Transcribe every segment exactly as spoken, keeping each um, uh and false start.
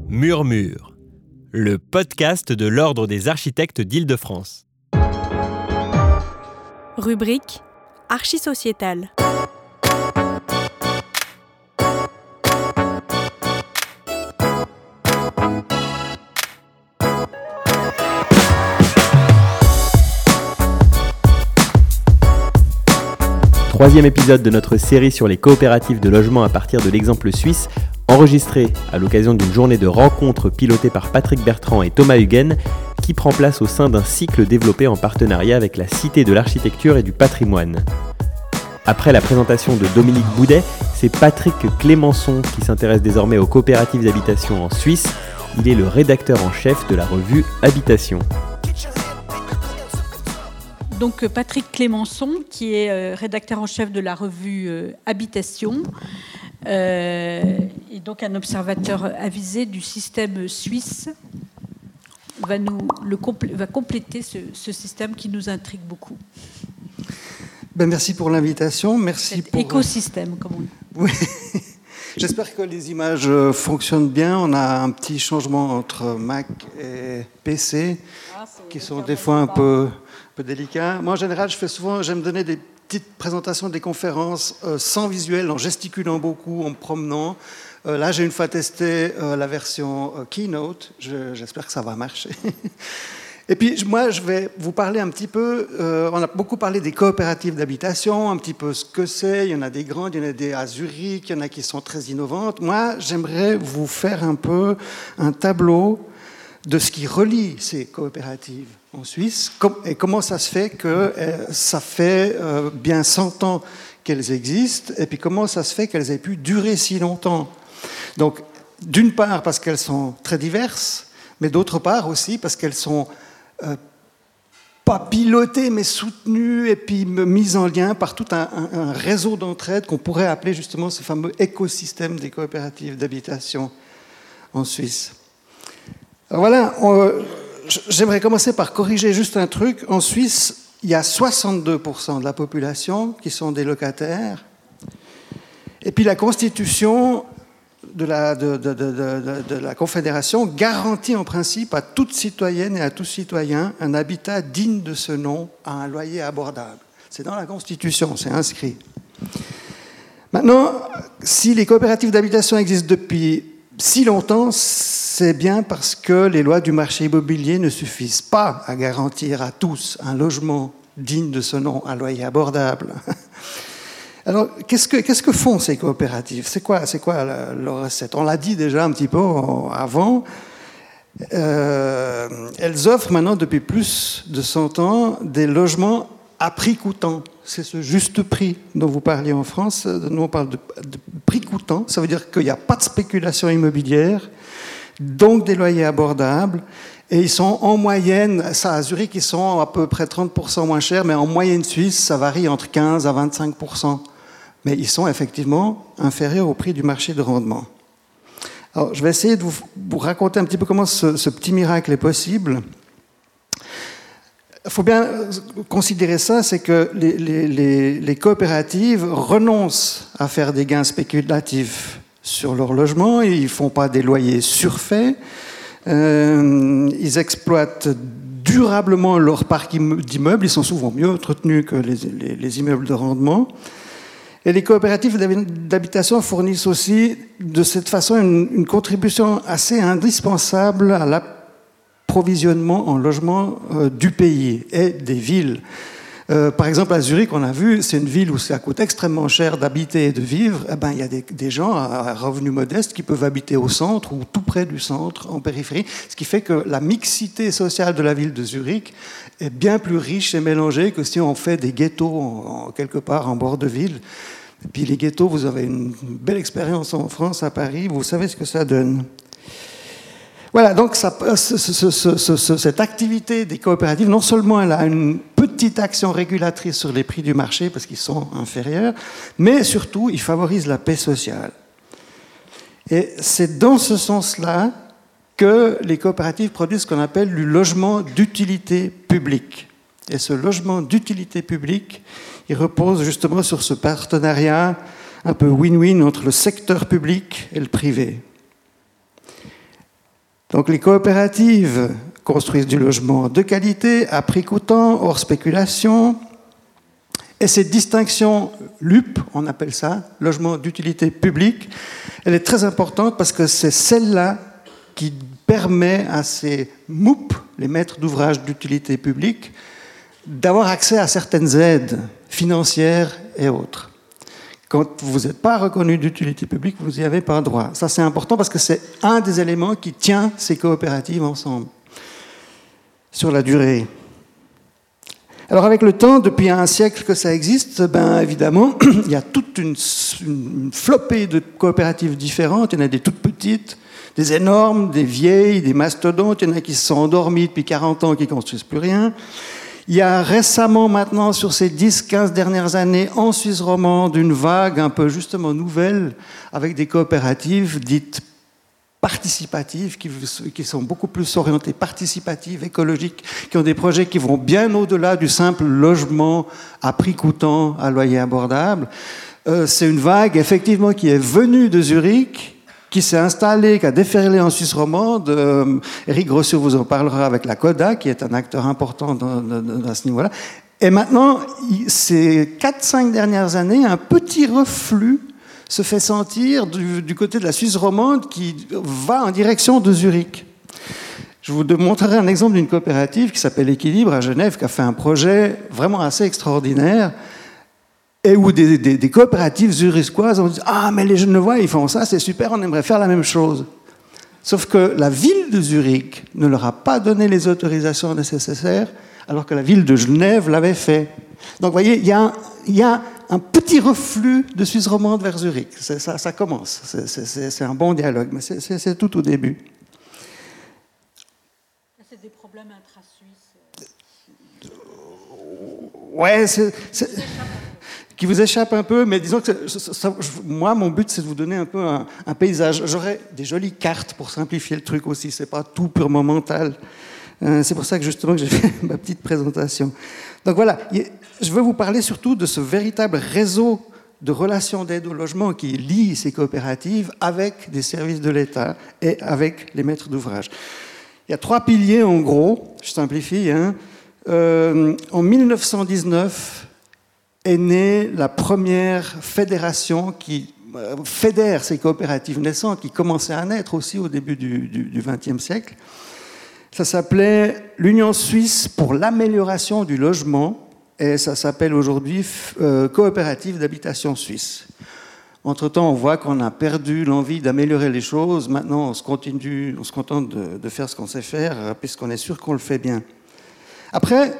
Murmure, le podcast de l'Ordre des architectes d'Île-de-France. Rubrique archi-sociétale. Troisième épisode de notre série sur les coopératives de logement à partir de l'exemple suisse, enregistré à l'occasion d'une journée de rencontres pilotée par Patrick Bertrand et Thomas Huguen, qui prend place au sein d'un cycle développé en partenariat avec la Cité de l'Architecture et du Patrimoine. Après la présentation de Dominique Boudet, c'est Patrick Clémençon qui s'intéresse désormais aux coopératives d'habitation en Suisse. Il est le rédacteur en chef de la revue Habitation. Donc Patrick Clémençon, qui est euh, rédacteur en chef de la revue euh, Habitation, euh, et donc un observateur avisé du système suisse, va, nous, le compl- va compléter ce, ce système qui nous intrigue beaucoup. Ben, merci pour l'invitation. Merci Cet pour... écosystème, comme on dit. Oui. J'espère que les images fonctionnent bien. On a un petit changement entre Mac et P C, ah, qui sont des fois un peu... peu délicat. Moi, en général, je fais souvent, j'aime donner des petites présentations, des conférences euh, sans visuel, en gesticulant beaucoup, en me promenant. Euh, là, j'ai une fois testé euh, la version euh, Keynote. Je, j'espère que ça va marcher. Et puis, moi, je vais vous parler un petit peu. Euh, on a beaucoup parlé des coopératives d'habitation, un petit peu ce que c'est. Il y en a des grandes, il y en a des à Zurich, il y en a qui sont très innovantes. Moi, j'aimerais vous faire un peu un tableau de ce qui relie ces coopératives en Suisse, et comment ça se fait que ça fait bien cent ans qu'elles existent, et puis comment ça se fait qu'elles aient pu durer si longtemps. Donc, d'une part parce qu'elles sont très diverses, mais d'autre part aussi parce qu'elles sont euh, pas pilotées, mais soutenues, et puis mises en lien par tout un, un, un réseau d'entraide qu'on pourrait appeler justement ce fameux écosystème des coopératives d'habitation en Suisse. Alors voilà, on, j'aimerais commencer par corriger juste un truc. En Suisse, il y a soixante-deux pour cent de la population qui sont des locataires. Et puis la Constitution de la, de, de, de, de, de la Confédération garantit en principe à toute citoyenne et à tout citoyen un habitat digne de ce nom à un loyer abordable. C'est dans la Constitution, c'est inscrit. Maintenant, si les coopératives d'habitation existent depuis si longtemps, c'est bien parce que les lois du marché immobilier ne suffisent pas à garantir à tous un logement digne de ce nom, un loyer abordable. Alors, qu'est-ce que, qu'est-ce que font ces coopératives ? C'est quoi, c'est quoi la, leur recette ? On l'a dit déjà un petit peu avant. Euh, elles offrent maintenant, depuis plus de cent ans, des logements à prix coûtant. C'est ce juste prix dont vous parliez en France. Nous, on parle de, de prix coûtant. Ça veut dire qu'il n'y a pas de spéculation immobilière, donc des loyers abordables. Et ils sont en moyenne, ça à Zurich, ils sont à peu près trente pour cent moins chers, mais en moyenne suisse, ça varie entre quinze à vingt-cinq pour cent. Mais ils sont effectivement inférieurs au prix du marché de rendement. Alors, je vais essayer de vous, vous raconter un petit peu comment ce, ce petit miracle est possible. Il faut bien considérer ça, c'est que les, les, les coopératives renoncent à faire des gains spéculatifs sur leur logement, ils ne font pas des loyers surfaits, euh, ils exploitent durablement leur parc d'immeubles, ils sont souvent mieux entretenus que les, les, les immeubles de rendement. Et les coopératives d'habitation fournissent aussi de cette façon une, une contribution assez indispensable à la provisionnement en logement euh, du pays et des villes. Euh, par exemple, à Zurich, on a vu, c'est une ville où ça coûte extrêmement cher d'habiter et de vivre. Eh ben, il y a des, des gens à revenus modestes qui peuvent habiter au centre ou tout près du centre, en périphérie, ce qui fait que la mixité sociale de la ville de Zurich est bien plus riche et mélangée que si on fait des ghettos en, en, quelque part en bord de ville. Et puis les ghettos, vous avez une belle expérience en France, à Paris, vous savez ce que ça donne. Voilà, donc ça, ce, ce, ce, ce, cette activité des coopératives, non seulement elle a une petite action régulatrice sur les prix du marché parce qu'ils sont inférieurs, mais surtout, il favorise la paix sociale. Et c'est dans ce sens-là que les coopératives produisent ce qu'on appelle du logement d'utilité publique. Et ce logement d'utilité publique, il repose justement sur ce partenariat un peu win-win entre le secteur public et le privé. Donc les coopératives construisent du logement de qualité, à prix coûtant, hors spéculation. Et cette distinction L U P, on appelle ça, logement d'utilité publique, elle est très importante parce que c'est celle-là qui permet à ces M O U P, les maîtres d'ouvrage d'utilité publique, d'avoir accès à certaines aides financières et autres. Quand vous n'êtes pas reconnu d'utilité publique, vous n'y avez pas droit. Ça, c'est important parce que c'est un des éléments qui tient ces coopératives ensemble sur la durée. Alors avec le temps, depuis un siècle que ça existe, ben évidemment, il y a toute une, une flopée de coopératives différentes. Il y en a des toutes petites, des énormes, des vieilles, des mastodontes. Il y en a qui se sont endormis depuis quarante ans, qui ne construisent plus rien. Il y a récemment, maintenant, sur ces dix quinze dernières années, en Suisse romande, une vague un peu justement nouvelle, avec des coopératives dites participatives, qui, qui sont beaucoup plus orientées participatives, écologiques, qui ont des projets qui vont bien au-delà du simple logement à prix coûtant, à loyer abordable. Euh, c'est une vague, effectivement, qui est venue de Zurich, qui s'est installée, qui a déferlé en Suisse romande. Euh, Éric Grossiot vous en parlera avec la CODA, qui est un acteur important dans, dans, dans ce niveau-là. Et maintenant, ces quatre cinq dernières années, un petit reflux se fait sentir du, du côté de la Suisse romande qui va en direction de Zurich. Je vous montrerai un exemple d'une coopérative qui s'appelle Équilibre à Genève, qui a fait un projet vraiment assez extraordinaire et où des, des, des coopératives zurichoises ont dit « Ah, mais les Genevois, ils font ça, c'est super, on aimerait faire la même chose. » Sauf que la ville de Zurich ne leur a pas donné les autorisations nécessaires, alors que la ville de Genève l'avait fait. Donc, vous voyez, il y a un, il y a un petit reflux de Suisse romande vers Zurich. C'est, ça, ça commence. C'est, c'est, c'est un bon dialogue, mais c'est, c'est, c'est tout au début. C'est des problèmes intra-suisses. Ouais, c'est, c'est, qui vous échappe un peu, mais disons que ça, ça, moi, mon but, c'est de vous donner un peu un, un paysage. J'aurais des jolies cartes pour simplifier le truc aussi. C'est pas tout purement mental. Euh, c'est pour ça que justement que j'ai fait ma petite présentation. Donc voilà, je veux vous parler surtout de ce véritable réseau de relations d'aide au logement qui lie ces coopératives avec des services de l'État et avec les maîtres d'ouvrage. Il y a trois piliers en gros, je simplifie. Hein. Euh, en mille neuf cent dix-neuf est née la première fédération qui euh, fédère ces coopératives naissantes qui commençaient à naître aussi au début du vingtième siècle. Ça s'appelait l'Union suisse pour l'amélioration du logement et ça s'appelle aujourd'hui euh, Coopérative d'habitation suisse. Entre-temps, on voit qu'on a perdu l'envie d'améliorer les choses. Maintenant, on se, continue, on se contente de, de faire ce qu'on sait faire puisqu'on est sûr qu'on le fait bien. Après,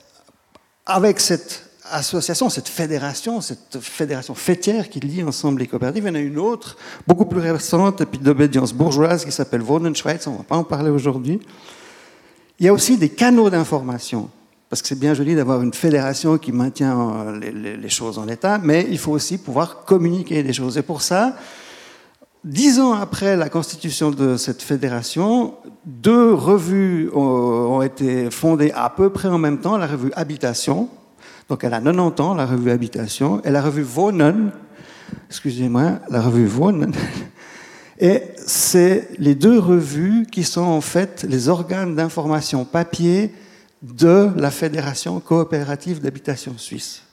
avec cette association, cette fédération, cette fédération fêtière qui lie ensemble les coopératives, il y en a une autre, beaucoup plus récente et puis d'obédience bourgeoise qui s'appelle Wohnenschweiz, on ne va pas en parler aujourd'hui. Il y a aussi des canaux d'information, parce que c'est bien joli d'avoir une fédération qui maintient les, les, les choses en état, mais il faut aussi pouvoir communiquer des choses. Et pour ça, dix ans après la constitution de cette fédération, deux revues ont, ont été fondées à peu près en même temps, la revue Habitation, donc elle a quatre-vingt-dix ans, la revue Habitation, et la revue Wohnen, excusez-moi, la revue Wohnen, et c'est les deux revues qui sont en fait les organes d'information papier de la Fédération coopérative d'habitation suisse.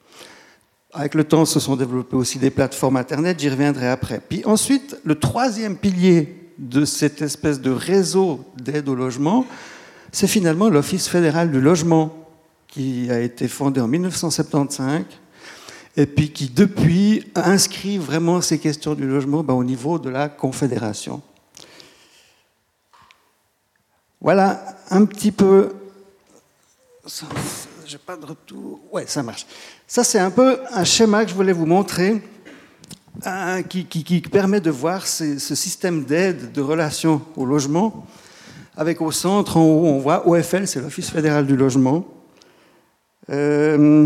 Avec le temps, se sont développées aussi des plateformes Internet, j'y reviendrai après. Puis ensuite, le troisième pilier de cette espèce de réseau d'aide au logement, c'est finalement l'Office fédéral du logement, qui a été fondé en mille neuf cent soixante-quinze, et puis qui, depuis, inscrit vraiment ces questions du logement ben, au niveau de la Confédération. Voilà un petit peu... J'ai pas de retour... Ouais, ça marche. Ça, c'est un peu un schéma que je voulais vous montrer, euh, qui, qui, qui permet de voir ces, ce système d'aide, de relation au logement, avec au centre, en haut, on voit O F L, c'est l'Office fédéral du logement. Euh,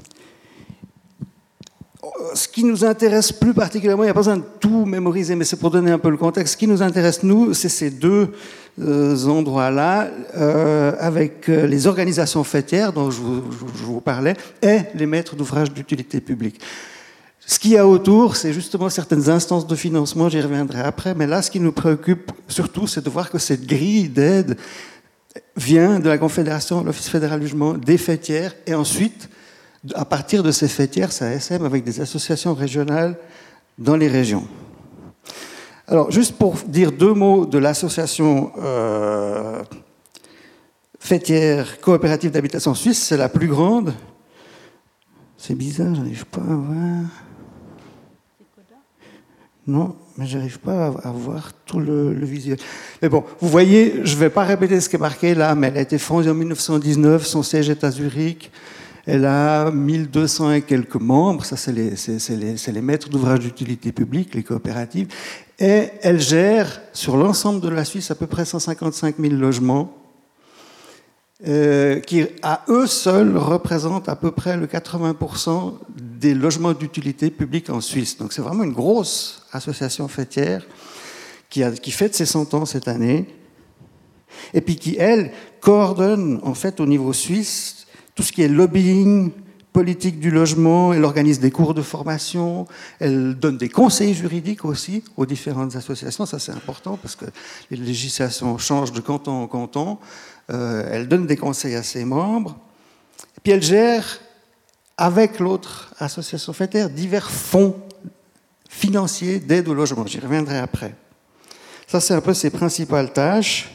ce qui nous intéresse plus particulièrement, il n'y a pas besoin de tout mémoriser, mais c'est pour donner un peu le contexte. Ce qui nous intéresse, nous, c'est ces deux euh, endroits-là, euh, avec les organisations fêtières dont je vous, je vous parlais, et les maîtres d'ouvrage d'utilité publique. Ce qu'il y a autour, c'est justement certaines instances de financement, j'y reviendrai après, mais là, ce qui nous préoccupe surtout, c'est de voir que cette grille d'aide vient de la Confédération, l'Office fédéral du logement, des faîtières, et ensuite, à partir de ces faîtières, ça S M avec des associations régionales dans les régions. Alors, juste pour dire deux mots de l'association euh, faîtière coopérative d'habitation suisse, c'est la plus grande. C'est bizarre, j'arrive pas à voir. Non, mais j'arrive pas à voir tout le, le visuel. Mais bon, vous voyez, je ne vais pas répéter ce qui est marqué là, mais elle a été fondée en mille neuf cent dix-neuf, son siège est à Zurich. Elle a mille deux cents et quelques membres, ça c'est les, c'est, c'est les, c'est les maîtres d'ouvrage d'utilité publique, les coopératives, et elle gère sur l'ensemble de la Suisse à peu près cent cinquante-cinq mille logements, euh, qui à eux seuls représentent à peu près le quatre-vingts pour cent des logements d'utilité publique en Suisse. Donc c'est vraiment une grosse association faîtière qui, a, qui fête ses cent ans cette année, et puis qui, elle, coordonne en fait au niveau suisse tout ce qui est lobbying, politique du logement, elle organise des cours de formation, elle donne des conseils juridiques aussi aux différentes associations, ça c'est important parce que les législations changent de canton en canton, euh, elle donne des conseils à ses membres, et puis elle gère, avec l'autre association faîtière, divers fonds financiers d'aide au logement, j'y reviendrai après. Ça c'est un peu ses principales tâches.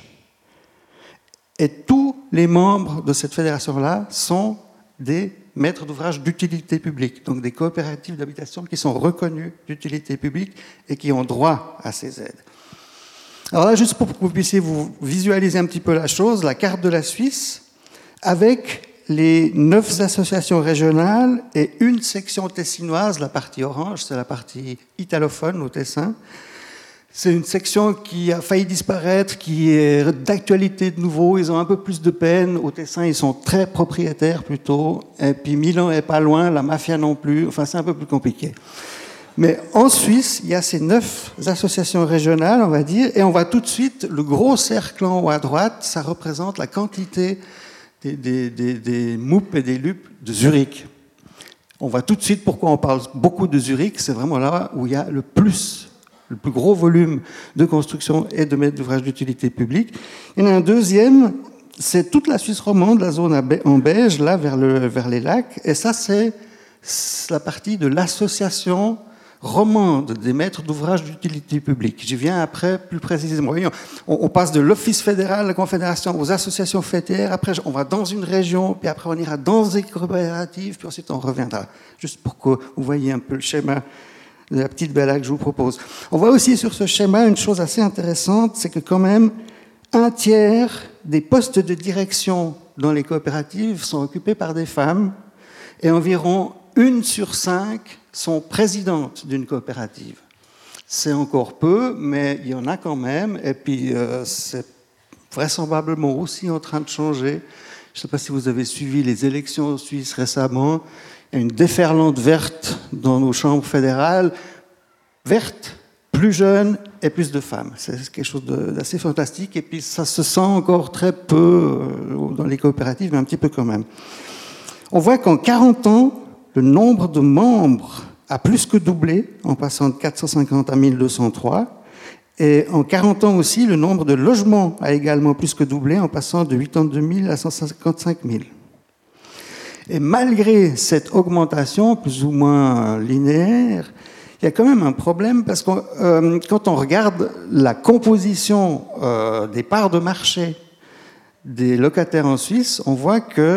Et tous les membres de cette fédération-là sont des maîtres d'ouvrage d'utilité publique, donc des coopératives d'habitation qui sont reconnues d'utilité publique et qui ont droit à ces aides. Alors là, juste pour que vous puissiez vous visualiser un petit peu la chose, la carte de la Suisse, avec les neuf associations régionales et une section tessinoise, la partie orange, c'est la partie italophone au Tessin. C'est une section qui a failli disparaître, qui est d'actualité de nouveau. Ils ont un peu plus de peine. Au Tessin, ils sont très propriétaires plutôt. Et puis Milan est pas loin, la mafia non plus. Enfin, c'est un peu plus compliqué. Mais en Suisse, il y a ces neuf associations régionales, on va dire, et on voit tout de suite le gros cercle en haut à droite. Ça représente la quantité des, des, des, des M O U P et des L U P de Zurich. On voit tout de suite pourquoi on parle beaucoup de Zurich. C'est vraiment là où il y a le plus le plus gros volume de construction et de maîtres d'ouvrage d'utilité publique. Il y en a un deuxième, c'est toute la Suisse romande, la zone en beige, là, vers, le, vers les lacs. Et ça, c'est la partie de l'association romande des maîtres d'ouvrage d'utilité publique. J'y viens après, plus précisément. On, on passe de l'Office fédéral, la Confédération, aux associations faîtières. Après, on va dans une région, puis après, on ira dans des coopératives, puis ensuite, on reviendra. Juste pour que vous voyez un peu le schéma de la petite bella que je vous propose. On voit aussi sur ce schéma une chose assez intéressante, c'est que quand même un tiers des postes de direction dans les coopératives sont occupés par des femmes et environ une sur cinq sont présidentes d'une coopérative. C'est encore peu, mais il y en a quand même, et puis euh, c'est vraisemblablement aussi en train de changer. Je ne sais pas si vous avez suivi les élections suisses récemment. Il y a une déferlante verte dans nos chambres fédérales, verte, plus jeune et plus de femmes. C'est quelque chose d'assez fantastique. Et puis ça se sent encore très peu dans les coopératives, mais un petit peu quand même. On voit qu'en quarante ans, le nombre de membres a plus que doublé, en passant de quatre cent cinquante à mille deux cent trois. Et en quarante ans aussi, le nombre de logements a également plus que doublé, en passant de quatre-vingt-deux mille à cent cinquante-cinq mille. Et malgré cette augmentation plus ou moins linéaire, il y a quand même un problème parce que euh, quand on regarde la composition euh, des parts de marché des locataires en Suisse, on voit que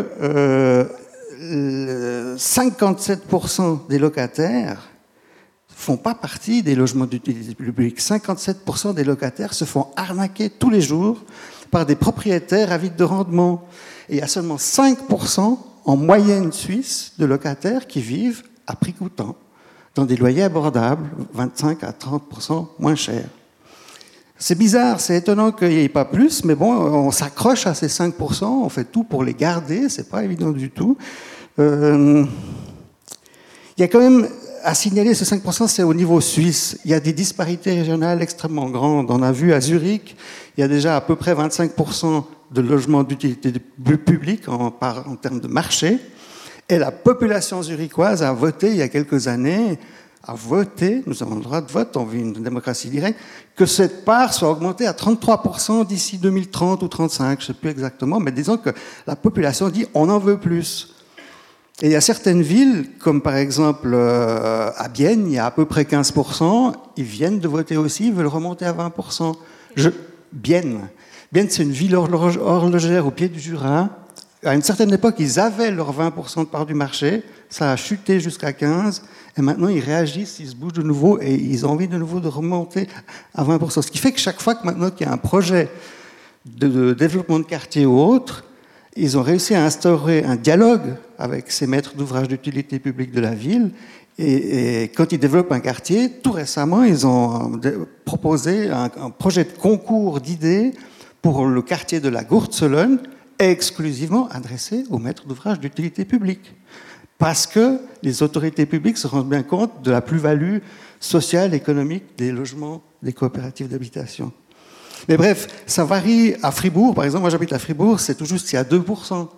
euh, cinquante-sept pour cent des locataires ne font pas partie des logements d'utilité publique. cinquante-sept pour cent des locataires se font arnaquer tous les jours par des propriétaires avides de rendement. Et il y a seulement cinq pour cent en moyenne suisse de locataires qui vivent à prix coûtant, dans des loyers abordables, vingt-cinq à trente pour cent moins chers. C'est bizarre, c'est étonnant qu'il n'y ait pas plus, mais bon, on s'accroche à ces cinq pour cent, on fait tout pour les garder, c'est pas évident du tout. Euh, il y a quand même à signaler, ce cinq pour cent, c'est au niveau suisse. Il y a des disparités régionales extrêmement grandes. On a vu à Zurich, il y a déjà à peu près vingt-cinq pour cent de logements d'utilité publique en, par, en termes de marché. Et la population zurichoise a voté il y a quelques années à voter, nous avons le droit de vote, on vit une démocratie directe, que cette part soit augmentée à trente-trois pour cent d'ici deux mille trente ou trente-cinq, je ne sais plus exactement, mais disons que la population dit on en veut plus. Et il y a certaines villes, comme par exemple euh, à Bienne, il y a à peu près quinze pour cent, ils viennent de voter aussi, ils veulent remonter à vingt pour cent. Je... Bienne. Bienne, c'est une ville horlogère au pied du Jura. À une certaine époque, ils avaient leurs vingt pour cent de part du marché, ça a chuté jusqu'à quinze, et maintenant ils réagissent, ils se bougent de nouveau, et ils ont envie de nouveau de remonter à vingt pour cent. Ce qui fait que chaque fois que maintenant qu'il y a un projet de, de développement de quartier ou autre, ils ont réussi à instaurer un dialogue avec ces maîtres d'ouvrage d'utilité publique de la ville. Et, et quand ils développent un quartier, tout récemment, ils ont proposé un, un projet de concours d'idées pour le quartier de la Gourtzelone, exclusivement adressé aux maîtres d'ouvrage d'utilité publique. Parce que les autorités publiques se rendent bien compte de la plus-value sociale, économique des logements, des coopératives d'habitation. Mais bref, ça varie. À Fribourg, par exemple, moi j'habite à Fribourg, c'est tout juste, il y a deux pour cent.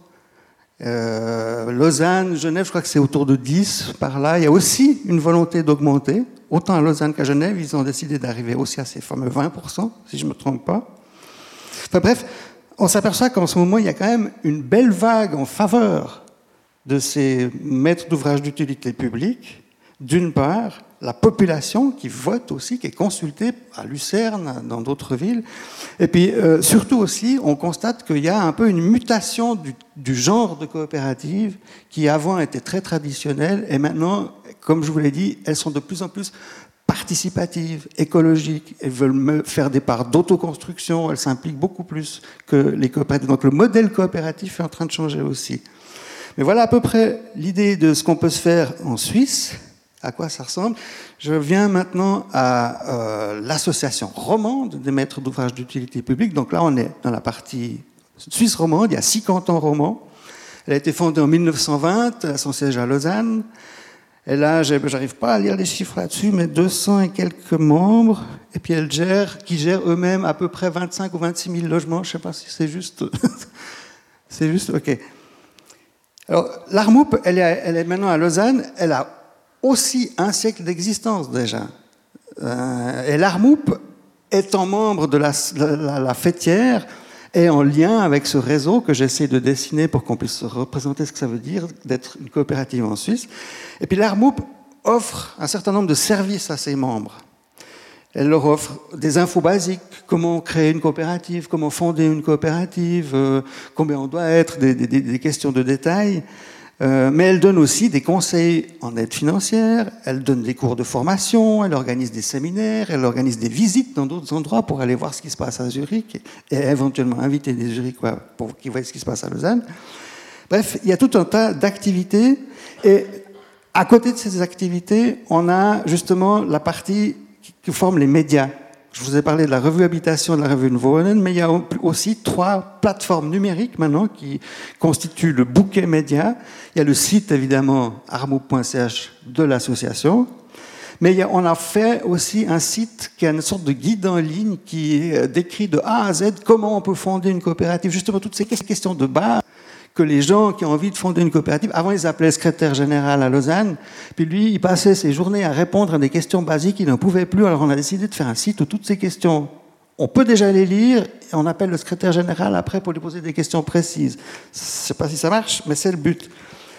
Euh, Lausanne, Genève, je crois que c'est autour de dix par là. Il y a aussi une volonté d'augmenter. Autant à Lausanne qu'à Genève, ils ont décidé d'arriver aussi à ces fameux vingt pour cent, si je ne me trompe pas. Enfin bref, on s'aperçoit qu'en ce moment, il y a quand même une belle vague en faveur de ces maîtres d'ouvrage d'utilité publique. D'une part, la population qui vote aussi, qui est consultée à Lucerne, dans d'autres villes. Et puis, euh, surtout aussi, on constate qu'il y a un peu une mutation du, du genre de coopérative qui avant était très traditionnelle et maintenant, comme je vous l'ai dit, elles sont de plus en plus participatives, écologiques. Elles veulent faire des parts d'autoconstruction, elles s'impliquent beaucoup plus que les coopératives. Donc le modèle coopératif est en train de changer aussi. Mais voilà à peu près l'idée de ce qu'on peut se faire en Suisse. À quoi ça ressemble? Je viens maintenant à euh, l'association romande des maîtres d'ouvrage d'utilité publique. Donc là, on est dans la partie suisse romande. Il y a six cantons romans. Elle a été fondée en mille neuf cent vingt. Elle a son siège à Lausanne. Elle a, j'arrive pas à lire les chiffres là-dessus, mais deux cents et quelques membres. Et puis elle gère, qui gère eux-mêmes à peu près vingt-cinq ou vingt-six mille logements. Je sais pas si c'est juste. C'est juste, ok. Alors, l'Armoup, elle est, elle est maintenant à Lausanne. Elle a aussi un siècle d'existence déjà. Euh, et l'Armoup, étant membre de la, la, la fêtière, est en lien avec ce réseau que j'essaie de dessiner pour qu'on puisse représenter ce que ça veut dire d'être une coopérative en Suisse. Et puis l'Armoup offre un certain nombre de services à ses membres. Elle leur offre des infos basiques, comment créer une coopérative, comment fonder une coopérative, euh, combien on doit être, des, des, des questions de détail. Euh, mais elle donne aussi des conseils en aide financière, elle donne des cours de formation, elle organise des séminaires, elle organise des visites dans d'autres endroits pour aller voir ce qui se passe à Zurich et éventuellement inviter des Zurichois pour qu'ils voient ce qui se passe à Lausanne. Bref, il y a tout un tas d'activités et à côté de ces activités, on a justement la partie qui forme les médias. Je vous ai parlé de la revue Habitation, de la revue Nouveau-Wonen, mais il y a aussi trois plateformes numériques maintenant qui constituent le bouquet média. Il y a le site, évidemment, armoup point c h de l'association, mais il y a, on a fait aussi un site qui est une sorte de guide en ligne qui décrit de A à Z comment on peut fonder une coopérative. Justement, toutes ces questions de base que les gens qui ont envie de fonder une coopérative, avant ils appelaient le secrétaire général à Lausanne, puis lui, il passait ses journées à répondre à des questions basiques, il n'en pouvait plus, alors on a décidé de faire un site où toutes ces questions, on peut déjà les lire, et on appelle le secrétaire général après pour lui poser des questions précises. Je ne sais pas si ça marche, mais c'est le but.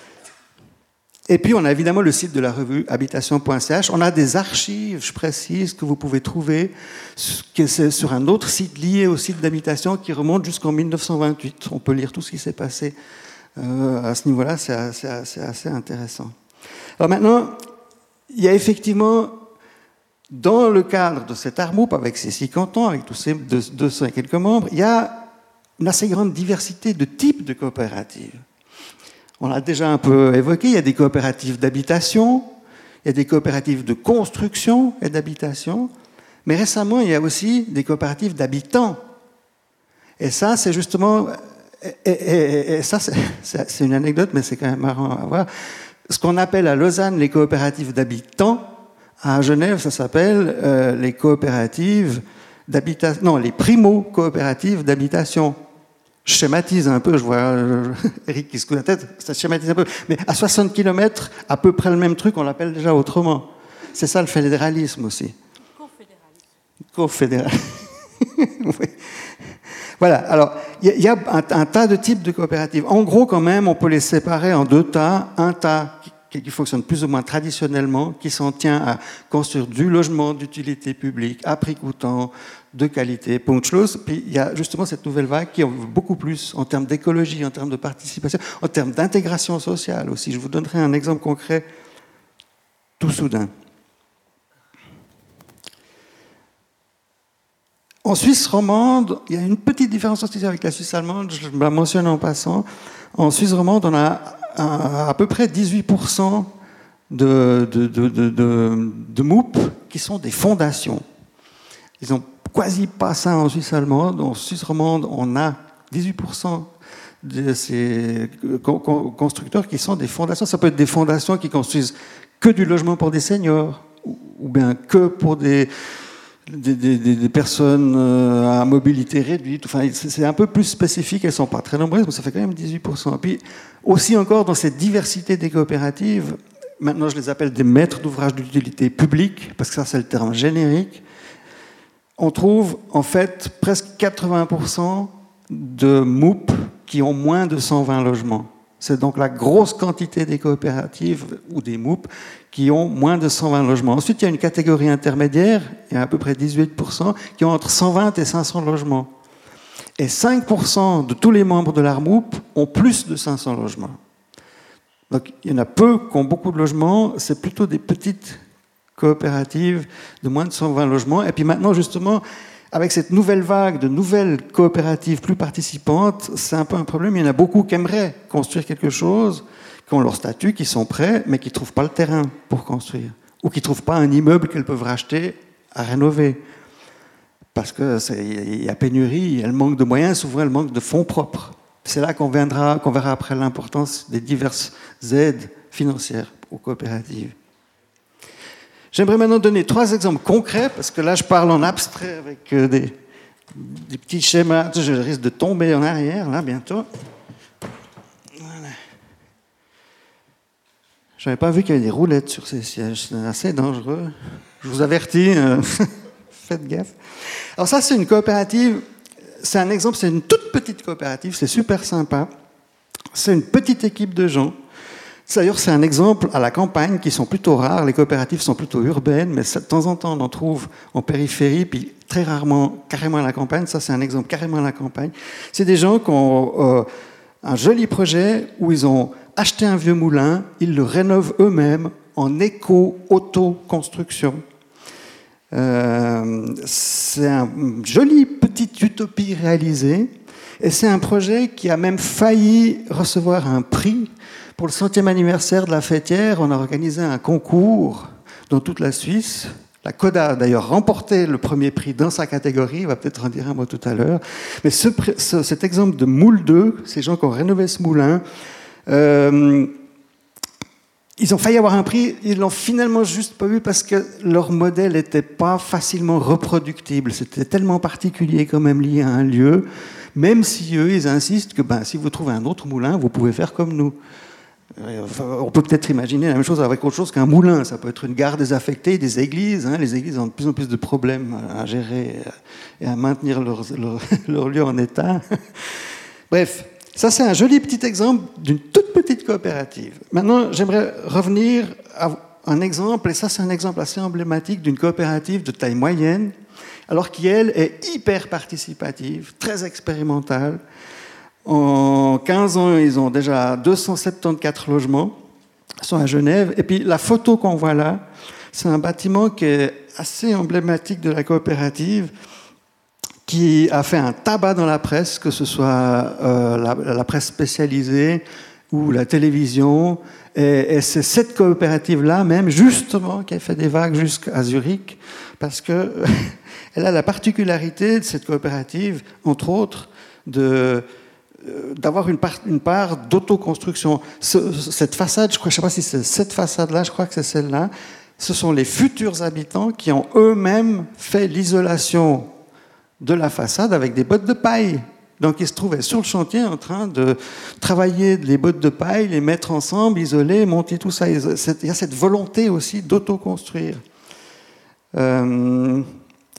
Et puis, on a évidemment le site de la revue habitation point c h. On a des archives, je précise, que vous pouvez trouver sur un autre site lié au site d'habitation qui remonte jusqu'en mille neuf cent vingt-huit. On peut lire tout ce qui s'est passé euh, à ce niveau-là, c'est assez, assez, assez intéressant. Alors maintenant, il y a effectivement, dans le cadre de cette Armoup, avec ses six cantons, avec tous ces deux cents et quelques membres, il y a une assez grande diversité de types de coopératives. On l'a déjà un peu évoqué, il y a des coopératives d'habitation, il y a des coopératives de construction et d'habitation, mais récemment, il y a aussi des coopératives d'habitants. Et ça, c'est justement... Et, et, et ça, c'est, c'est une anecdote, mais c'est quand même marrant à voir. Ce qu'on appelle à Lausanne les coopératives d'habitants, à Genève, ça s'appelle euh, les coopératives d'habitation... Non, les primo-coopératives d'habitation. Je schématise un peu, je vois euh, Eric qui se coule la tête, ça schématise un peu. Mais à soixante kilomètres, à peu près le même truc, on l'appelle déjà autrement. c'est ça le fédéralisme aussi. Co-fédéralisme. Co-fédéralisme. Oui. Voilà, alors, il y, y a un, un tas de types de coopératives. En gros, quand même, on peut les séparer en deux tas. Un tas qui, qui fonctionne plus ou moins traditionnellement, qui s'en tient à construire du logement d'utilité publique, à prix coûtant, de qualité, ponctueuse. Puis il y a justement cette nouvelle vague qui en veut beaucoup plus en termes d'écologie, en termes de participation, en termes d'intégration sociale aussi. Je vous donnerai un exemple concret tout soudain. En Suisse romande, il y a une petite différence aussi avec la Suisse allemande, je la mentionne en passant. En Suisse romande, on a à, à peu près dix-huit pour cent de, de, de, de, de, de M O O P qui sont des fondations. Ils n'ont quasi pas ça en Suisse allemande. En Suisse romande, on a dix-huit pour cent de ces constructeurs qui sont des fondations. Ça peut être des fondations qui construisent que du logement pour des seniors, ou bien que pour des... Des, des, des personnes à mobilité réduite. Enfin, c'est un peu plus spécifique, elles ne sont pas très nombreuses, mais ça fait quand même dix-huit pour cent. Et puis, aussi encore, dans cette diversité des coopératives, maintenant je les appelle des maîtres d'ouvrage d'utilité publique, parce que ça c'est le terme générique, on trouve en fait presque quatre-vingts pour cent de M O O P qui ont moins de cent vingt logements. C'est donc la grosse quantité des coopératives ou des M O O P qui ont moins de cent vingt logements. Ensuite, il y a une catégorie intermédiaire, il y a à peu près dix-huit pour cent, qui ont entre cent vingt et cinq cents logements. Et cinq pour cent de tous les membres de l'A R M O P ont plus de cinq cents logements. Donc, il y en a peu qui ont beaucoup de logements, c'est plutôt des petites coopératives de moins de cent vingt logements. Et puis maintenant, justement, avec cette nouvelle vague de nouvelles coopératives plus participantes, c'est un peu un problème. Il y en a beaucoup qui aimeraient construire quelque chose, qui ont leur statut, qui sont prêts, mais qui ne trouvent pas le terrain pour construire. Ou qui ne trouvent pas un immeuble qu'elles peuvent racheter à rénover. Parce qu'il y a pénurie, il y a le manque de moyens, souvent le manque de fonds propres. C'est là qu'on viendra, qu'on verra après l'importance des diverses aides financières aux coopératives. J'aimerais maintenant donner trois exemples concrets, parce que là, je parle en abstrait avec des, des petits schémas. Je risque de tomber en arrière, là, bientôt. Voilà. Je n'avais pas vu qu'il y avait des roulettes sur ces sièges. C'est assez dangereux. Je vous avertis, euh, faites gaffe. Alors ça, c'est une coopérative. C'est un exemple, c'est une toute petite coopérative. C'est super sympa. C'est une petite équipe de gens. D'ailleurs, c'est un exemple à la campagne qui sont plutôt rares. Les coopératives sont plutôt urbaines, mais de temps en temps, on en trouve en périphérie, puis très rarement, carrément à la campagne. Ça, c'est un exemple carrément à la campagne. C'est des gens qui ont euh, un joli projet où ils ont acheté un vieux moulin, ils le rénovent eux-mêmes en éco-auto-construction. Euh, c'est une jolie petite utopie réalisée, et c'est un projet qui a même failli recevoir un prix. Pour le centième anniversaire de la fêtière, on a organisé un concours dans toute la Suisse. La Coda a d'ailleurs remporté le premier prix dans sa catégorie, il va peut-être en dire un mot tout à l'heure. Mais ce, ce, cet exemple de Moule deux, ces gens qui ont rénové ce moulin, euh, ils ont failli avoir un prix, ils l'ont finalement juste pas eu parce que leur modèle n'était pas facilement reproductible. C'était tellement particulier quand même lié à un lieu, même si eux, ils insistent que ben, si vous trouvez un autre moulin, vous pouvez faire comme nous. On peut peut-être imaginer la même chose avec autre chose qu'un moulin. Ça peut être une gare désaffectée, des églises. Hein. Les églises ont de plus en plus de problèmes à gérer et à maintenir leur, leur, leur lieu en état. Bref, ça c'est un joli petit exemple d'une toute petite coopérative. Maintenant, j'aimerais revenir à un exemple, et ça c'est un exemple assez emblématique d'une coopérative de taille moyenne, alors qui, elle, est hyper participative, très expérimentale. En quinze ans, ils ont déjà deux cent soixante-quatorze logements, ils sont à Genève. Et puis la photo qu'on voit là, c'est un bâtiment qui est assez emblématique de la coopérative, qui a fait un tabac dans la presse, que ce soit euh, la, la presse spécialisée ou la télévision. Et, et c'est cette coopérative-là même, justement, qui a fait des vagues jusqu'à Zurich, parce qu'elle a la particularité de cette coopérative, entre autres, de... d'avoir une part, une part d'autoconstruction. Ce, cette façade, je ne sais pas si c'est cette façade-là, je crois que c'est celle-là, ce sont les futurs habitants qui ont eux-mêmes fait l'isolation de la façade avec des bottes de paille. Donc ils se trouvaient sur le chantier en train de travailler les bottes de paille, les mettre ensemble, isoler, monter tout ça. Il y a cette volonté aussi d'autoconstruire. Euh,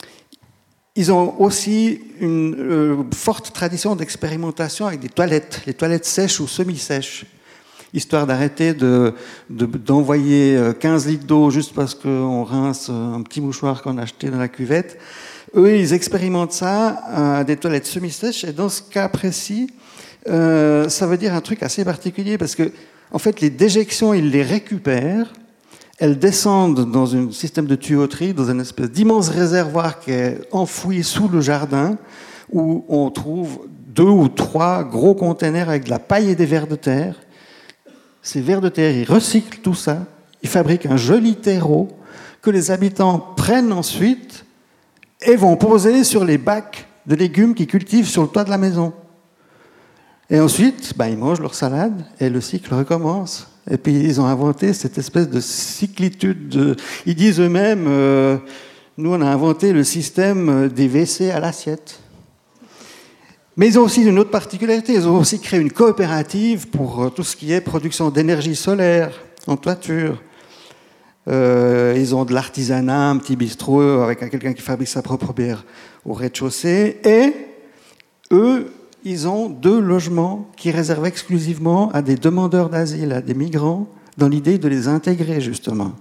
ils ont aussi une euh, forte tradition d'expérimentation avec des toilettes, les toilettes sèches ou semi-sèches, histoire d'arrêter de, de, d'envoyer quinze litres d'eau juste parce qu'on rince un petit mouchoir qu'on a acheté dans la cuvette. Eux, ils expérimentent ça à des toilettes semi-sèches, et dans ce cas précis, euh, ça veut dire un truc assez particulier, parce que, en fait, les déjections, ils les récupèrent, elles descendent dans un système de tuyauterie, dans une espèce d'immense réservoir qui est enfoui sous le jardin, où on trouve deux ou trois gros containers avec de la paille et des vers de terre. Ces vers de terre, ils recyclent tout ça, ils fabriquent un joli terreau que les habitants prennent ensuite et vont poser sur les bacs de légumes qu'ils cultivent sur le toit de la maison. Et ensuite, ben, ils mangent leur salade et le cycle recommence. Et puis ils ont inventé cette espèce de cyclitude. De... Ils disent eux-mêmes, euh, nous on a inventé le système des W C à l'assiette. Mais ils ont aussi une autre particularité, ils ont aussi créé une coopérative pour tout ce qui est production d'énergie solaire en toiture. Euh, ils ont de l'artisanat, un petit bistrot avec quelqu'un qui fabrique sa propre bière au rez-de-chaussée. Et eux, ils ont deux logements qui réservent exclusivement à des demandeurs d'asile, à des migrants, dans l'idée de les intégrer, justement.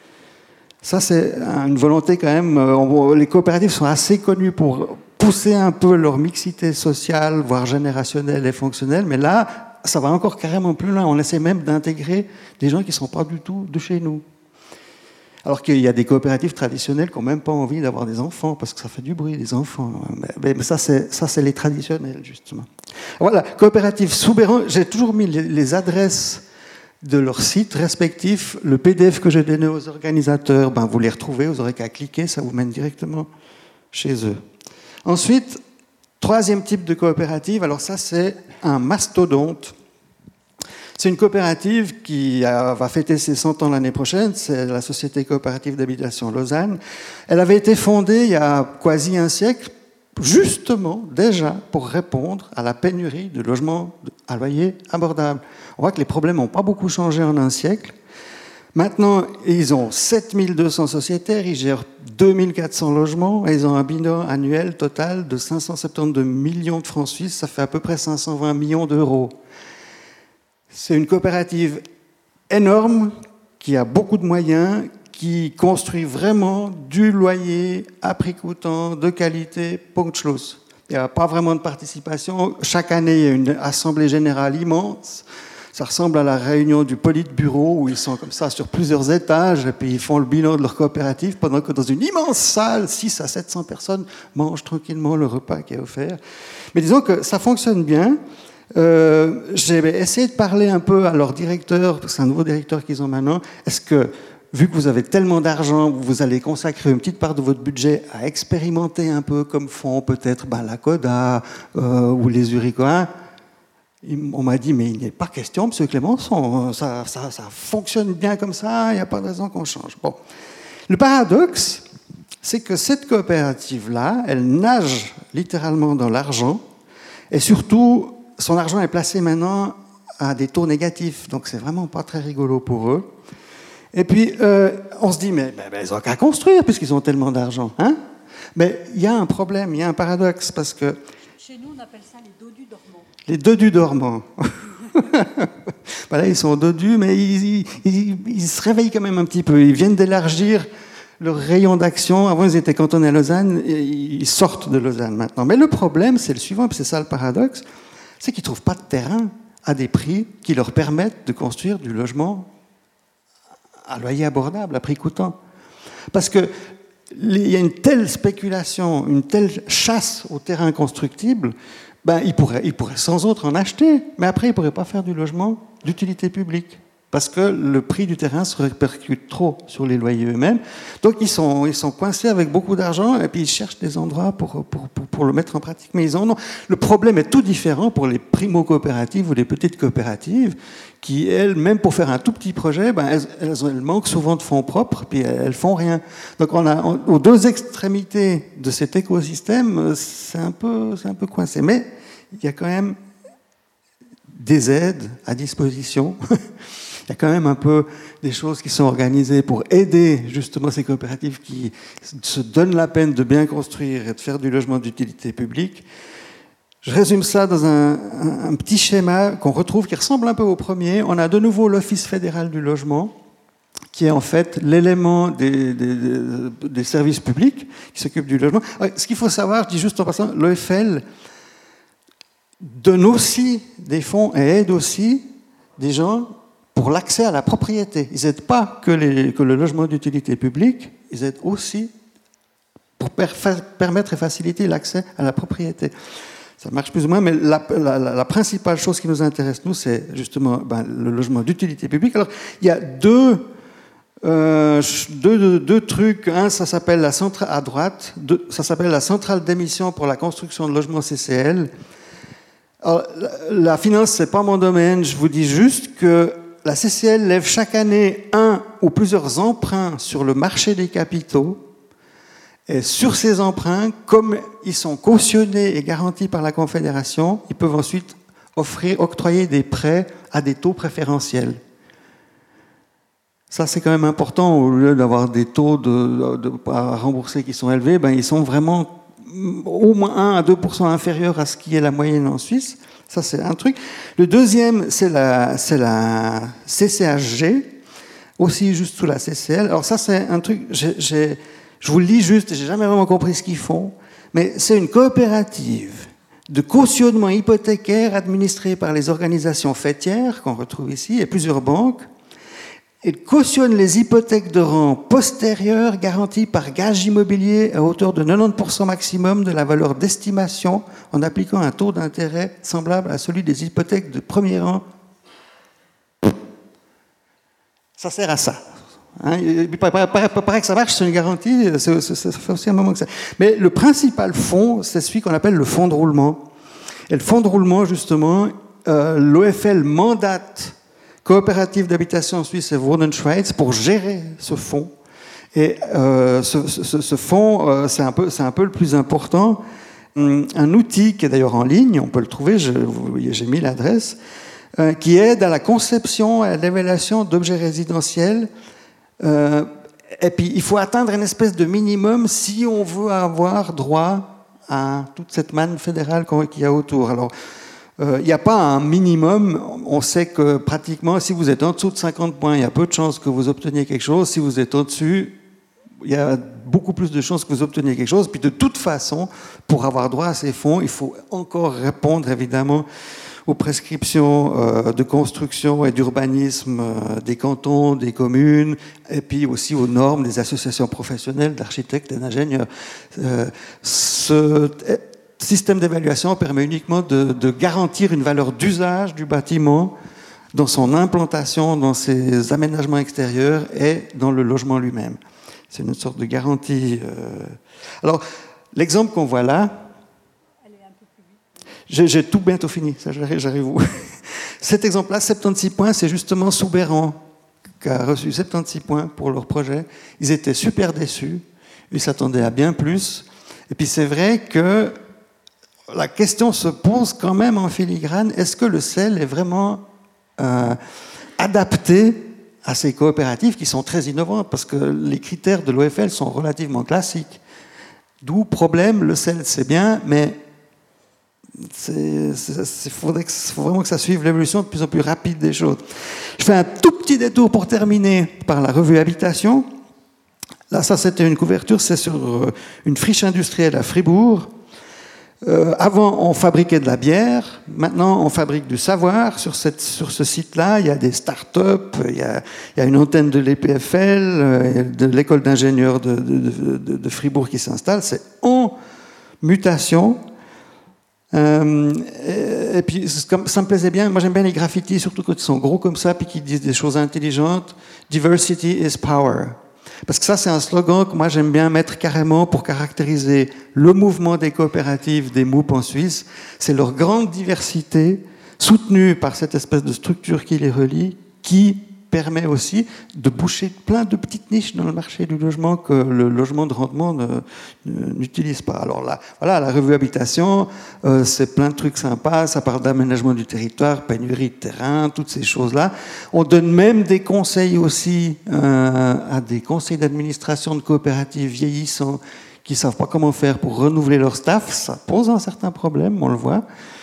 Ça, c'est une volonté quand même. Les coopératives sont assez connues pour pousser un peu leur mixité sociale, voire générationnelle et fonctionnelle. Mais là, ça va encore carrément plus loin. On essaie même d'intégrer des gens qui ne sont pas du tout de chez nous. Alors qu'il y a des coopératives traditionnelles qui n'ont même pas envie d'avoir des enfants, parce que ça fait du bruit, des enfants. Mais, mais ça, c'est, ça, c'est les traditionnels, justement. Voilà, coopérative Soubeyran, j'ai toujours mis les, les adresses de leurs sites respectifs. Le P D F que j'ai donné aux organisateurs, ben, vous les retrouvez, vous n'aurez qu'à cliquer, ça vous mène directement chez eux. Ensuite, troisième type de coopérative, alors ça, c'est un mastodonte. C'est une coopérative qui va fêter ses cent ans l'année prochaine, c'est la Société coopérative d'habitation Lausanne. Elle avait été fondée il y a quasi un siècle, justement, déjà, pour répondre à la pénurie de logements à loyer abordable. On voit que les problèmes n'ont pas beaucoup changé en un siècle. Maintenant, ils ont sept mille deux cents sociétaires, ils gèrent deux mille quatre cents logements, et ils ont un bilan annuel total de cinq cent soixante-douze millions de francs suisses, ça fait à peu près cinq cent vingt millions d'euros. C'est une coopérative énorme, qui a beaucoup de moyens, qui construit vraiment du loyer à prix coûtant, de qualité, Punktschluss. Il n'y a pas vraiment de participation. Chaque année, il y a une assemblée générale immense. Ça ressemble à la réunion du Politburo, où ils sont comme ça sur plusieurs étages, et puis ils font le bilan de leur coopérative, pendant que dans une immense salle, six à sept cents personnes mangent tranquillement le repas qui est offert. Mais disons que ça fonctionne bien. Euh, j'ai essayé de parler un peu à leur directeur, parce que c'est un nouveau directeur qu'ils ont maintenant. Est-ce que, vu que vous avez tellement d'argent, vous allez consacrer une petite part de votre budget à expérimenter un peu comme font peut-être ben, la Coda euh, ou les Uricois? On m'a dit, mais il n'est pas question, monsieur Clémençon, ça, ça, ça fonctionne bien comme ça, il n'y a pas de raison qu'on change. Bon. Le paradoxe, c'est que cette coopérative-là, elle nage littéralement dans l'argent, et surtout, son argent est placé maintenant à des taux négatifs, donc c'est vraiment pas très rigolo pour eux. Et puis, euh, on se dit, mais, mais, mais ils n'ont qu'à construire puisqu'ils ont tellement d'argent. Hein? Mais il y a un problème, il y a un paradoxe, parce que... Chez nous, on appelle ça les dodus dormants. Les dodus dormants. Voilà, ils sont dodus, mais ils, ils, ils, ils se réveillent quand même un petit peu. Ils viennent d'élargir leur rayon d'action. Avant, ils étaient cantonnés à Lausanne, et ils sortent de Lausanne maintenant. Mais le problème, c'est le suivant, c'est ça le paradoxe, c'est qu'ils ne trouvent pas de terrain à des prix qui leur permettent de construire du logement à loyer abordable, à prix coûtant. Parce qu'il y a une telle spéculation, une telle chasse aux terrains constructibles, ben, ils pourraient, ils pourraient sans autre en acheter, mais après, ils ne pourraient pas faire du logement d'utilité publique. Parce que le prix du terrain se répercute trop sur les loyers eux-mêmes. Donc ils sont, ils sont coincés avec beaucoup d'argent et puis ils cherchent des endroits pour, pour, pour, pour le mettre en pratique. Mais ils en ont. Le problème est tout différent pour les primo-coopératives ou les petites coopératives qui, elles, même pour faire un tout petit projet, ben, elles, elles, elles manquent souvent de fonds propres puis elles ne font rien. Donc on a, aux deux extrémités de cet écosystème, c'est un peu, c'est un peu coincé. Mais il y a quand même des aides à disposition. Il y a quand même un peu des choses qui sont organisées pour aider justement ces coopératives qui se donnent la peine de bien construire et de faire du logement d'utilité publique. Je résume ça dans un, un, un petit schéma qu'on retrouve, qui ressemble un peu au premier. On a de nouveau l'Office fédéral du logement, qui est en fait l'élément des, des, des, des services publics qui s'occupent du logement. Ce qu'il faut savoir, je dis juste en passant, l'O F L donne aussi des fonds et aide aussi des gens pour l'accès à la propriété. Ils n'aident pas que, les, que le logement d'utilité publique, ils aident aussi pour per, permettre et faciliter l'accès à la propriété. Ça marche plus ou moins, mais la, la, la principale chose qui nous intéresse, nous, c'est justement ben, le logement d'utilité publique. Alors, il y a deux, euh, deux, deux, deux trucs. Un, ça s'appelle la centrale à droite, deux, ça s'appelle la centrale d'émission pour la construction de logements C C L. Alors, la, la finance, c'est pas mon domaine. Je vous dis juste que la C C L lève chaque année un ou plusieurs emprunts sur le marché des capitaux. Et sur ces emprunts, comme ils sont cautionnés et garantis par la Confédération, ils peuvent ensuite offrir, octroyer des prêts à des taux préférentiels. Ça, c'est quand même important. Au lieu d'avoir des taux de, de, de, à rembourser qui sont élevés, ben, ils sont vraiment au moins un à deux pour cent inférieurs à ce qui est la moyenne en Suisse. Ça, c'est un truc. Le deuxième, c'est la, c'est la C C H G, aussi juste sous la C C L. Alors ça, c'est un truc... J'ai, j'ai, je vous le lis juste, j'ai jamais vraiment compris ce qu'ils font, mais c'est une coopérative de cautionnement hypothécaire administrée par les organisations faîtières, qu'on retrouve ici, et plusieurs banques. Elle cautionne les hypothèques de rang postérieur garanties par gage immobilier à hauteur de quatre-vingt-dix pour cent maximum de la valeur d'estimation en appliquant un taux d'intérêt semblable à celui des hypothèques de premier rang. Ça sert à ça. Hein, il paraît que ça marche, c'est une garantie, c'est, c'est, ça fait aussi un moment que ça... Mais le principal fonds, c'est celui qu'on appelle le fonds de roulement. Et le fonds de roulement, justement, euh, l'O F L mandate Coopérative d'habitation suisse et Wohnenschweiz pour gérer ce fonds. Et euh, ce, ce, ce fonds, euh, c'est, un peu, c'est un peu le plus important. Un outil qui est d'ailleurs en ligne, on peut le trouver, je, j'ai mis l'adresse, euh, qui aide à la conception et à l'évaluation d'objets résidentiels. Euh, et puis, il faut atteindre une espèce de minimum si on veut avoir droit à toute cette manne fédérale qu'il y a autour. Alors, euh, il n'y a pas un minimum. On sait que pratiquement, si vous êtes en dessous de cinquante points, il y a peu de chances que vous obteniez quelque chose. Si vous êtes au-dessus, il y a beaucoup plus de chances que vous obteniez quelque chose. Puis, de toute façon, pour avoir droit à ces fonds, il faut encore répondre, évidemment, aux prescriptions euh, de construction et d'urbanisme euh, des cantons, des communes, et puis aussi aux normes des associations professionnelles d'architectes et d'ingénieurs. Euh, ce système d'évaluation permet uniquement de, de garantir une valeur d'usage du bâtiment dans son implantation, dans ses aménagements extérieurs et dans le logement lui-même. C'est une sorte de garantie. Euh... Alors, l'exemple qu'on voit là, J'ai, j'ai tout bientôt fini, ça, j'arrive, j'arrive où. Cet exemple-là, soixante-seize points, c'est justement Soubéran qui a reçu soixante-seize points pour leur projet. Ils étaient super déçus, ils s'attendaient à bien plus. Et puis c'est vrai que la question se pose quand même en filigrane, est-ce que le C E L est vraiment euh, adapté à ces coopératives qui sont très innovantes? Parce que les critères de l'O F L sont relativement classiques. D'où problème, le C E L c'est bien, mais il faudrait que, faut vraiment que ça suive l'évolution de plus en plus rapide des choses. Je fais un tout petit détour pour terminer par la revue Habitation. Là, ça, c'était une couverture, c'est sur une friche industrielle à Fribourg. Euh, avant, on fabriquait de la bière. Maintenant, on fabrique du savoir. Sur, cette, sur ce site-là, il y a des start-up, il y a, il y a une antenne de l'E P F L, de l'école d'ingénieurs de, de, de, de Fribourg qui s'installe. C'est en mutation. Euh, et, et puis ça me plaisait bien, moi j'aime bien les graffitis, surtout quand ils sont gros comme ça, puis qu'ils disent des choses intelligentes. Diversity is power. Parce que ça c'est un slogan que moi j'aime bien mettre carrément pour caractériser le mouvement des coopératives, des M O U P en Suisse. C'est leur grande diversité, soutenue par cette espèce de structure qui les relie, qui permet aussi de boucher plein de petites niches dans le marché du logement que le logement de rendement ne, ne, n'utilise pas. Alors là, voilà, la revue Habitation, euh, c'est plein de trucs sympas, ça parle d'aménagement du territoire, pénurie de terrain, toutes ces choses-là. On donne même des conseils aussi euh, à des conseils d'administration de coopératives vieillissants qui ne savent pas comment faire pour renouveler leur staff. Ça pose un certain problème, on le voit.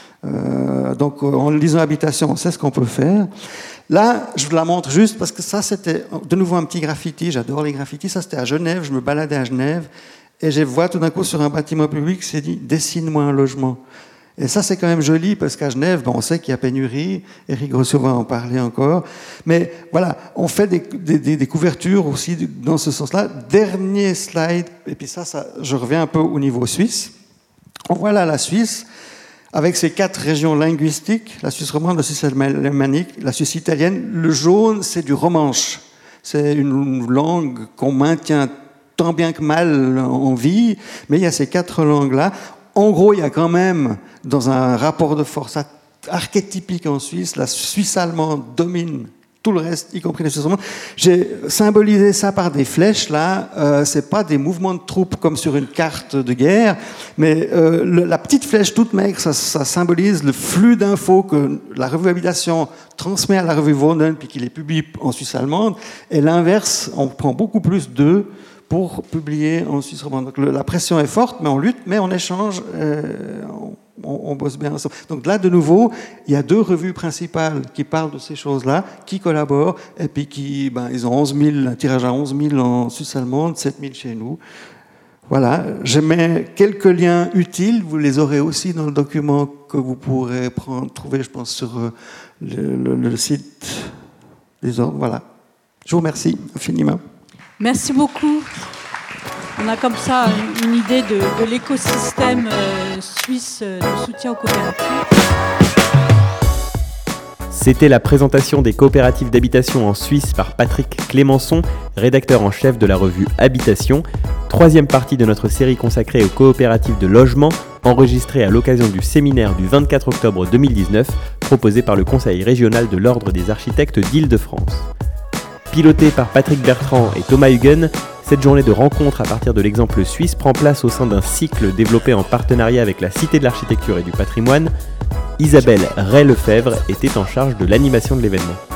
Euh, donc en lisant Habitation, on sait ce qu'on peut faire. Là, je vous la montre juste parce que ça, c'était de nouveau un petit graffiti. J'adore les graffitis. Ça, c'était à Genève. Je me baladais à Genève et je vois tout d'un coup sur un bâtiment public, c'est dit « Dessine-moi un logement ». Et ça, c'est quand même joli parce qu'à Genève, bon, on sait qu'il y a pénurie. Éric Grosseau va en parler encore. Mais voilà, on fait des, des, des couvertures aussi dans ce sens-là. Dernier slide, et puis ça, ça, je reviens un peu au niveau suisse. On voit là la Suisse, avec ses quatre régions linguistiques, la Suisse romande, la Suisse alémanique, la Suisse italienne. Le jaune, c'est du romanche. C'est une langue qu'on maintient tant bien que mal en vie, mais il y a ces quatre langues-là. En gros, il y a quand même, dans un rapport de force archétypique en Suisse, la Suisse allemande domine tout le reste, y compris les Suisses romandes. J'ai symbolisé ça par des flèches, là. Euh, c'est pas des mouvements de troupes comme sur une carte de guerre, mais euh, le, la petite flèche toute maigre, ça, ça symbolise le flux d'infos que la revue Habitation transmet à la revue Wohnen, puis qu'il les publie en Suisse allemande. Et l'inverse, on prend beaucoup plus d'eux pour publier en Suisse romande. Donc le, la pression est forte, mais on lutte, mais on échange, euh, on, on bosse bien ensemble. Donc là, de nouveau, il y a deux revues principales qui parlent de ces choses-là, qui collaborent, et puis qui, ben, ils ont onze mille, un tirage à onze mille en Suisse allemande, sept mille chez nous. Voilà, je mets quelques liens utiles, vous les aurez aussi dans le document que vous pourrez prendre, trouver, je pense, sur le, le, le site des ordres. Voilà. Je vous remercie infiniment. Merci beaucoup. On a comme ça une idée de, de l'écosystème euh, suisse de soutien aux coopératives. C'était la présentation des coopératives d'habitation en Suisse par Patrick Clémençon, rédacteur en chef de la revue Habitation. Troisième partie de notre série consacrée aux coopératives de logement, enregistrée à l'occasion du séminaire du vingt-quatre octobre deux mille dix-neuf, proposé par le Conseil régional de l'Ordre des architectes d'Île-de-France. Pilotée par Patrick Bertrand et Thomas Huguen, cette journée de rencontre à partir de l'exemple suisse prend place au sein d'un cycle développé en partenariat avec la Cité de l'Architecture et du Patrimoine. Isabelle Ray-Lefebvre était en charge de l'animation de l'événement.